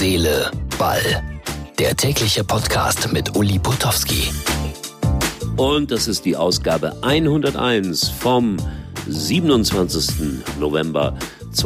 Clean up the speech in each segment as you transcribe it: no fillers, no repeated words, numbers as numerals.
Seele, Ball. Der tägliche Podcast mit Uli Potowski. Und das ist die Ausgabe 101 vom 27. November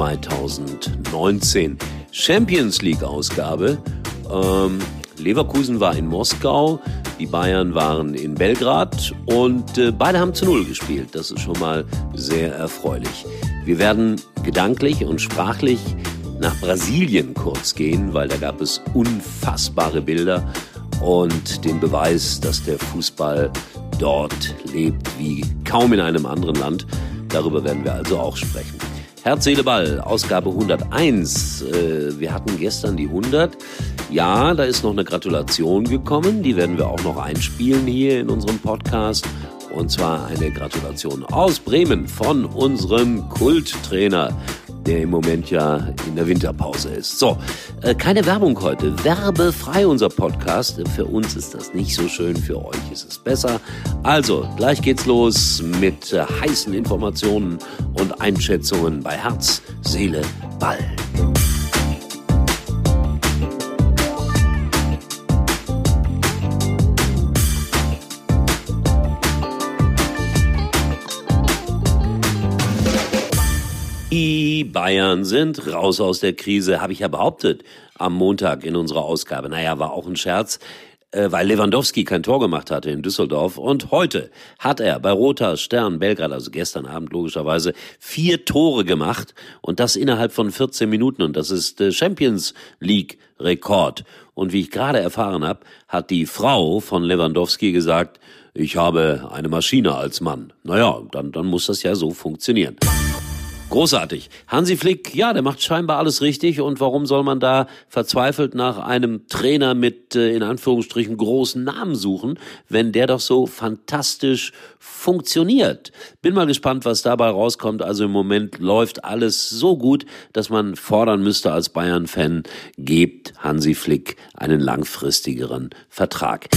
2019. Champions League Ausgabe. Leverkusen war in Moskau, die Bayern waren in Belgrad und beide haben zu 0 gespielt. Das ist schon mal sehr erfreulich. Wir werden gedanklich und sprachlich nach Brasilien kurz gehen, weil da gab es unfassbare Bilder und den Beweis, dass der Fußball dort lebt wie kaum in einem anderen Land. Darüber werden wir also auch sprechen. Herz, Seele, Ball, Ausgabe 101. Wir hatten gestern die 100. Ja, da ist noch eine Gratulation gekommen. Die werden wir auch noch einspielen hier in unserem Podcast. Und zwar eine Gratulation aus Bremen von unserem Kulttrainer, der im Moment ja in der Winterpause ist. So, keine Werbung heute. Werbefrei unser Podcast. Für uns ist das nicht so schön, für euch ist es besser. Also, gleich geht's los mit heißen Informationen und Einschätzungen bei Herz, Seele, Ball. Die Bayern sind raus aus der Krise, habe ich ja behauptet am Montag in unserer Ausgabe. Naja, war auch ein Scherz, weil Lewandowski kein Tor gemacht hatte in Düsseldorf. Und heute hat er bei Roter Stern Belgrad, also gestern Abend logischerweise, 4 Tore gemacht. Und das innerhalb von 14 Minuten. Und das ist Champions League Rekord. Und wie ich gerade erfahren habe, hat die Frau von Lewandowski gesagt, ich habe eine Maschine als Mann. Naja, dann muss das ja so funktionieren. Großartig. Hansi Flick, ja, der macht scheinbar alles richtig. Und warum soll man da verzweifelt nach einem Trainer mit, in Anführungsstrichen, großen Namen suchen, wenn der doch so fantastisch funktioniert? Bin mal gespannt, was dabei rauskommt. Also im Moment läuft alles so gut, dass man fordern müsste als Bayern-Fan, gebt Hansi Flick einen langfristigeren Vertrag.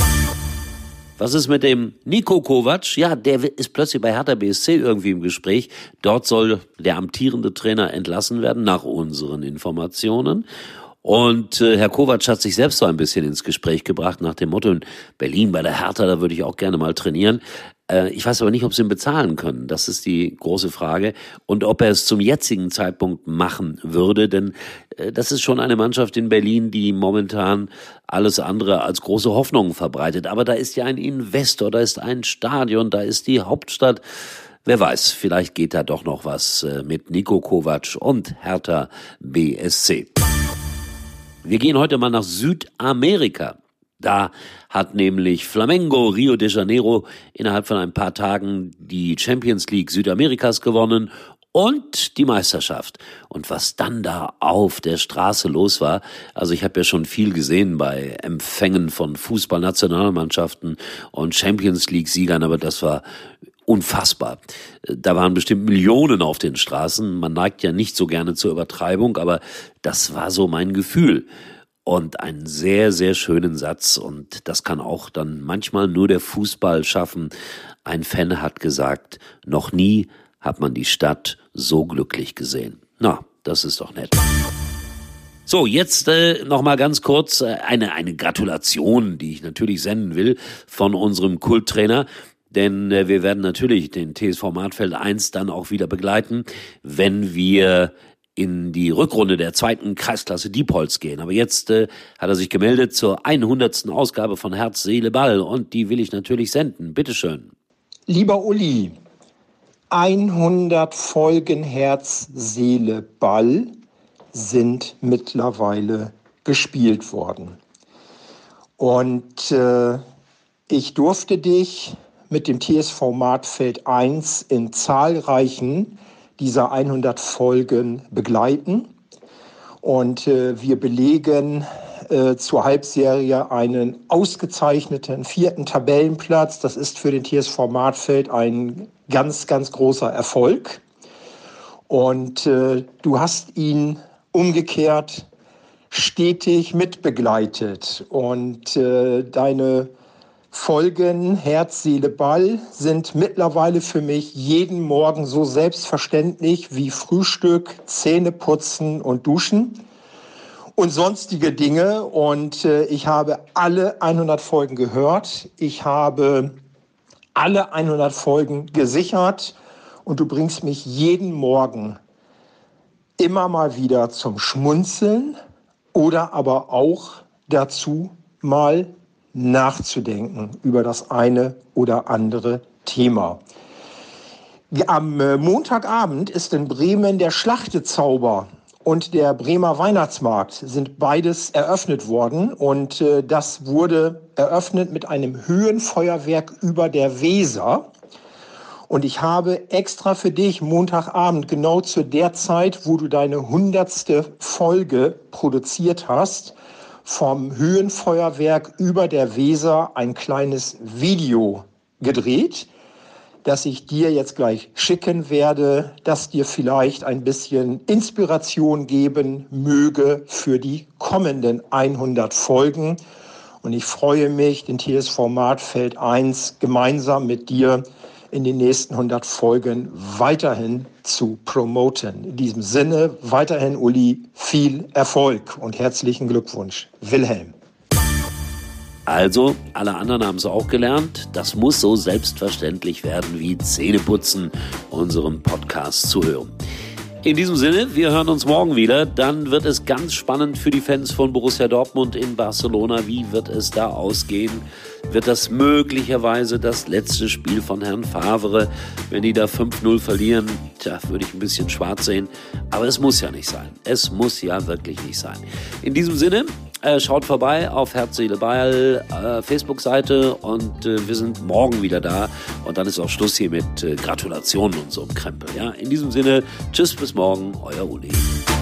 Was ist mit dem Niko Kovac? Ja, der ist plötzlich bei Hertha BSC irgendwie im Gespräch. Dort soll der amtierende Trainer entlassen werden, nach unseren Informationen. Und Herr Kovac hat sich selbst so ein bisschen ins Gespräch gebracht, nach dem Motto, in Berlin bei der Hertha, da würde ich auch gerne mal trainieren. Ich weiß aber nicht, ob sie ihn bezahlen können. Das ist die große Frage. Und ob er es zum jetzigen Zeitpunkt machen würde. Denn das ist schon eine Mannschaft in Berlin, die momentan alles andere als große Hoffnungen verbreitet. Aber da ist ja ein Investor, da ist ein Stadion, da ist die Hauptstadt. Wer weiß, vielleicht geht da doch noch was mit Niko Kovac und Hertha BSC. Wir gehen heute mal nach Südamerika. Da hat nämlich Flamengo Rio de Janeiro innerhalb von ein paar Tagen die Champions League Südamerikas gewonnen und die Meisterschaft. Und was dann da auf der Straße los war, also ich habe ja schon viel gesehen bei Empfängen von Fußballnationalmannschaften und Champions League Siegern, aber das war unfassbar. Da waren bestimmt Millionen auf den Straßen. Man neigt ja nicht so gerne zur Übertreibung, aber das war so mein Gefühl. Und einen sehr, sehr schönen Satz. Und das kann auch dann manchmal nur der Fußball schaffen. Ein Fan hat gesagt, noch nie hat man die Stadt so glücklich gesehen. Na, das ist doch nett. So, jetzt noch mal ganz kurz eine Gratulation, die ich natürlich senden will von unserem Kulttrainer. Denn wir werden natürlich den TSV Marsfeld 1 dann auch wieder begleiten, wenn wir in die Rückrunde der 2. Kreisklasse Diepholz gehen. Aber jetzt hat er sich gemeldet zur 100. Ausgabe von Herz, Seele, Ball. Und die will ich natürlich senden. Bitteschön. Lieber Uli, 100 Folgen Herz, Seele, Ball sind mittlerweile gespielt worden. Und ich durfte dich mit dem TSV Marsfeld 1 in zahlreichen dieser 100 Folgen begleiten. Und wir belegen zur Halbserie einen ausgezeichneten 4. Tabellenplatz. Das ist für den TSV Marsfeld ein ganz, ganz großer Erfolg. Und du hast ihn umgekehrt stetig mitbegleitet. Und deine Folgen Herz, Seele, Ball sind mittlerweile für mich jeden Morgen so selbstverständlich wie Frühstück, Zähneputzen und Duschen. und sonstige Dinge. Und ich habe alle 100 Folgen gehört. Ich habe alle 100 Folgen gesichert. Und du bringst mich jeden Morgen immer mal wieder zum Schmunzeln oder aber auch dazu, mal nachzudenken über das eine oder andere Thema. Am Montagabend ist in Bremen der Schlachtezauber und der Bremer Weihnachtsmarkt sind beides eröffnet worden. Und das wurde eröffnet mit einem Höhenfeuerwerk über der Weser. Und ich habe extra für dich Montagabend, genau zu der Zeit, wo du deine 100. Folge produziert hast, vom Höhenfeuerwerk über der Weser ein kleines Video gedreht, das ich dir jetzt gleich schicken werde, das dir vielleicht ein bisschen Inspiration geben möge für die kommenden 100 Folgen. Und ich freue mich, den TSV Martfeld 1 gemeinsam mit dir in den nächsten 100 Folgen weiterhin zu promoten. In diesem Sinne, weiterhin, Uli, viel Erfolg und herzlichen Glückwunsch. Wilhelm. Also, alle anderen haben es auch gelernt. Das muss so selbstverständlich werden wie Zähneputzen, unseren Podcast zu hören. In diesem Sinne, wir hören uns morgen wieder. Dann wird es ganz spannend für die Fans von Borussia Dortmund in Barcelona. Wie wird es da ausgehen? Wird das möglicherweise das letzte Spiel von Herrn Favre? Wenn die da 5-0 verlieren, würde ich ein bisschen schwarz sehen. Aber es muss ja nicht sein. Es muss ja wirklich nicht sein. In diesem Sinne, schaut vorbei auf Herz, Seele, Ball, Facebook-Seite und wir sind morgen wieder da. Und dann ist auch Schluss hier mit Gratulationen und so einem Krempel. Ja? In diesem Sinne, tschüss, bis morgen, euer Uli.